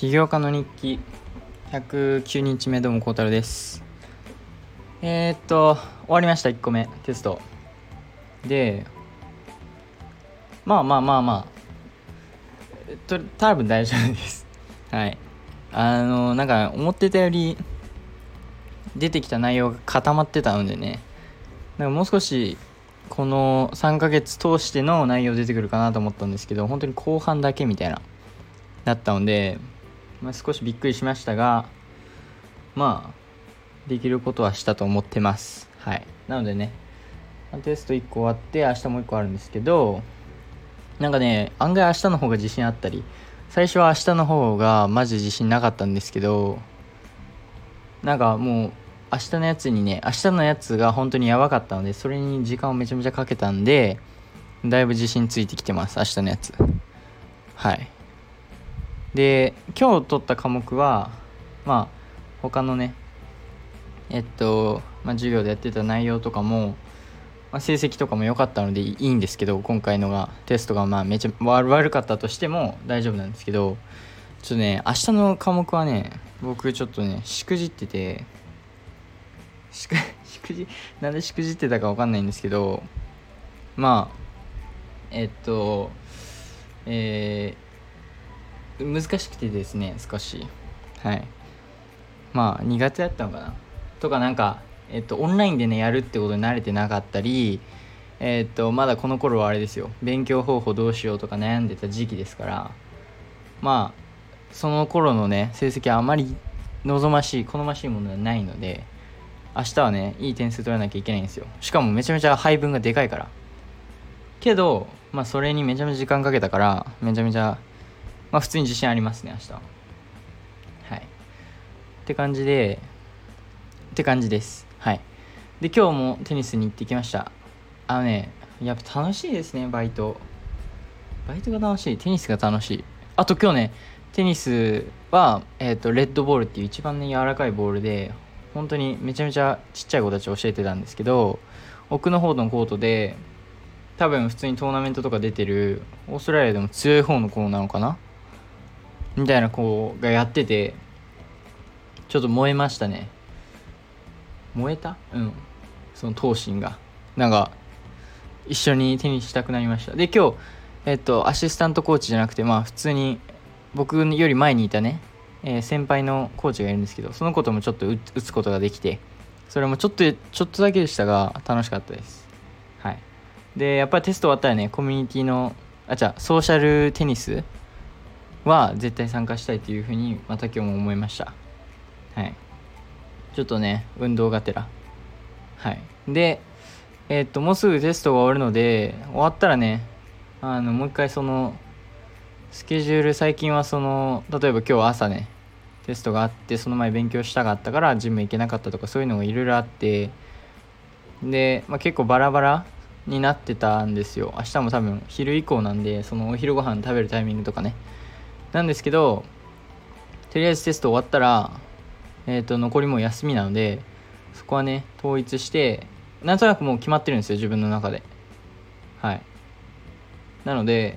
起業家の日記109日目、どうも孝太郎です。終わりました。1個目テストで、多分大丈夫です。はい。なんか思ってたより出てきた内容が固まってたのでね、なんかもう少しこの3ヶ月通しての内容出てくるかなと思ったんですけど、本当に後半だけみたいなだったので、少しびっくりしましたが、できることはしたと思ってます。はい。なのでね、テスト1個終わって明日もう1個あるんですけど、なんかね、案外明日の方が自信あったり、最初は明日の方がマジ自信なかったんですけど、なんかもう明日のやつが本当にやばかったので、それに時間をめちゃめちゃかけたんで、だいぶ自信ついてきてます。明日のやつ。はい。で、今日取った科目は他のね授業でやってた内容とかも、成績とかも良かったのでいいんですけど、今回のがテストがめちゃ悪かったとしても大丈夫なんですけど、ちょっとね、明日の科目はね、僕ちょっとねしくじっててなんでしくじってたか分かんないんですけど、難しくてですね、少し。はい。苦手だったのかなとか、なんかオンラインでねやるってことに慣れてなかったり、まだこの頃はあれですよ、勉強方法どうしようとか悩んでた時期ですから、その頃のね成績はあまり好ましいものではないので、明日はねいい点数取らなきゃいけないんですよ。しかもめちゃめちゃ配分がでかいからけど、それにめちゃめちゃ時間かけたから、めちゃめちゃ普通に自信ありますね、明日は。はい。って感じです。はい。で、今日もテニスに行ってきました。やっぱ楽しいですね、バイトが楽しい、テニスが楽しい。あと今日ね、テニスはレッドボールっていう一番ね柔らかいボールで、本当にめちゃめちゃちっちゃい子たち教えてたんですけど、奥の方のコートで、多分普通にトーナメントとか出てるオーストラリアでも強い方の子なのかなみたいな子がやってて、ちょっと燃えましたね。燃えた？その闘心がなんか一緒にテニスしたくなりました。で、今日アシスタントコーチじゃなくて、普通に僕より前にいたね、先輩のコーチがいるんですけど、その子ともちょっと打つことができて、それもちょっとだけでしたが楽しかったです。はい。で、やっぱりテスト終わったらね、コミュニティのソーシャルテニスは絶対参加したいというふうにまた今日も思いました。はい。ちょっとね、運動がてら。はい。で、もうすぐテストが終わるので、終わったらね、もう一回そのスケジュール、最近は例えば今日朝ねテストがあって、その前勉強したかったからジム行けなかったとか、そういうのがいろいろあって、で、結構バラバラになってたんですよ。明日も多分昼以降なんで、そのお昼ご飯食べるタイミングとかねなんですけど、とりあえずテスト終わったら残りもう休みなので、そこはね統一して、なんとなくもう決まってるんですよ、自分の中で。はい。なので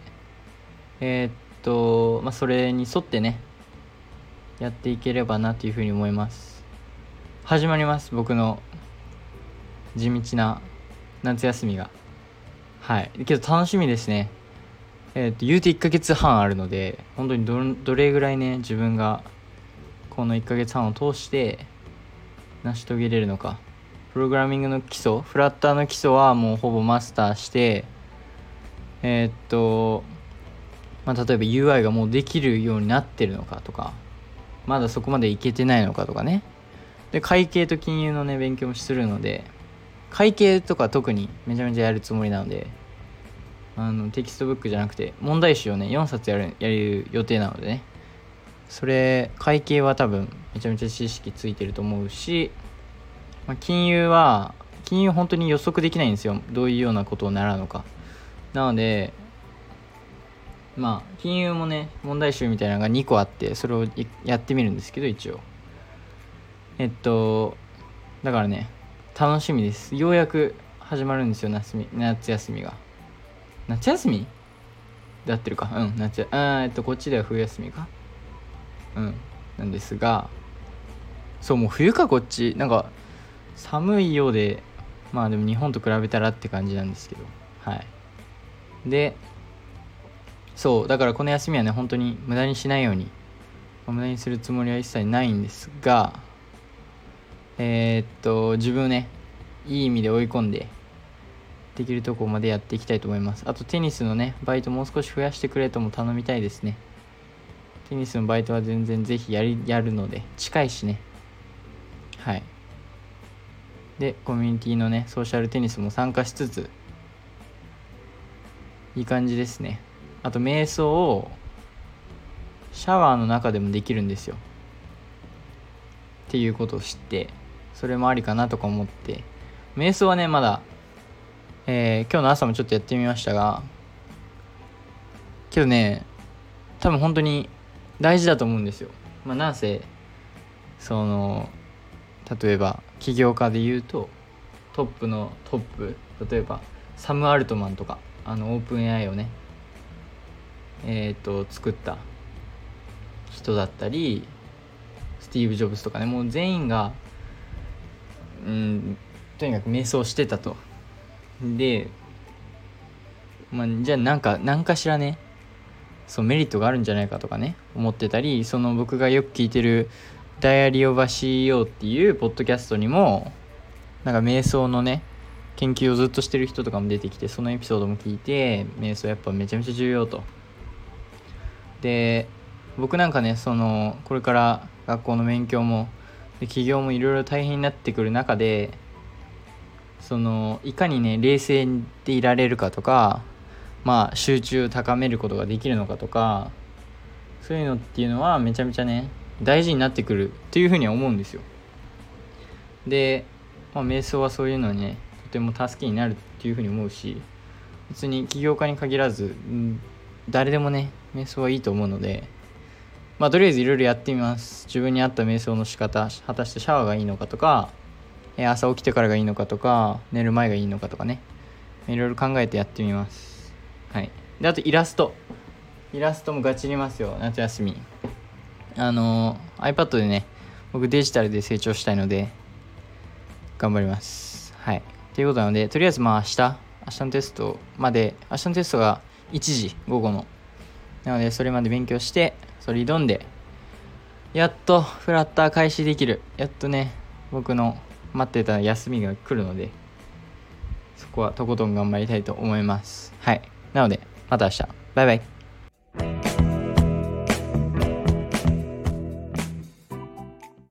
それに沿ってねやっていければなというふうに思います。始まります、僕の地道な夏休みが。はい。けど楽しみですね。言うて1ヶ月半あるので、本当にどれぐらいね自分がこの1ヶ月半を通して成し遂げれるのか。プログラミングの基礎、フラッターの基礎はもうほぼマスターして、例えば UI がもうできるようになってるのかとか、まだそこまでいけてないのかとかね。で、会計と金融のね勉強もするので、会計とか特にめちゃめちゃやるつもりなので、テキストブックじゃなくて問題集をね4冊やる予定なのでね、それ会計は多分めちゃめちゃ知識ついてると思うし、金融本当に予測できないんですよ、どういうようなことを習うのか。なので金融もね問題集みたいなのが2個あって、それをやってみるんですけど、一応だからね楽しみです。ようやく始まるんですよ、夏休みが。夏休みで合ってるか、こっちでは冬休みか。 なんですが、そうもう冬かこっち、なんか寒いようで、まあでも日本と比べたらって感じなんですけど、はい。でそうだからこの休みはね本当に無駄にしないように、無駄にするつもりは一切ないんですが、自分をねいい意味で追い込んでできるところまでやっていきたいと思います。あとテニスのねバイトもう少し増やしてくれとも頼みたいですね。テニスのバイトは全然ぜひやるので、近いしね。はい。でコミュニティのねソーシャルテニスも参加しつついい感じですね。あと瞑想をシャワーの中でもできるんですよっていうことを知って、それもありかなとか思って、瞑想はねまだ、今日の朝もちょっとやってみましたが、けどね多分本当に大事だと思うんですよ。なんせその例えば起業家で言うとトップのトップ、例えばサム・アルトマンとかオープン AI をね作った人だったり、スティーブ・ジョブズとかね、もう全員がとにかく瞑想してたと。でじゃあ何かしらねそうメリットがあるんじゃないかとかね思ってたり、その僕がよく聞いてるダイアリー・オブ・ア CEO っていうポッドキャストにもなんか瞑想のね研究をずっとしてる人とかも出てきて、そのエピソードも聞いて、瞑想やっぱめちゃめちゃ重要と。で僕なんかねこれから学校の勉強もで起業もいろいろ大変になってくる中で、いかにね冷静でいられるかとか、集中を高めることができるのかとか、そういうのっていうのはめちゃめちゃね大事になってくるっていうふうには思うんですよ。で、瞑想はそういうのにねとても助けになるっていうふうに思うし、別に起業家に限らず、誰でもね瞑想はいいと思うので、とりあえずいろいろやってみます。自分に合った瞑想の仕方、果たしてシャワーがいいのかとか、朝起きてからがいいのかとか、寝る前がいいのかとかね、いろいろ考えてやってみます。はい。であとイラストもガチりますよ、夏休み。iPad でね僕デジタルで成長したいので頑張ります。はい。ということなので、とりあえず明日のテストまで、明日のテストが1時午後のなので、それまで勉強してそれ挑んで、やっとフラッター開始できる、やっとね僕の待ってた休みが来るので、そこはとことん頑張りたいと思います。はい。なのでまた明日、バイバイ。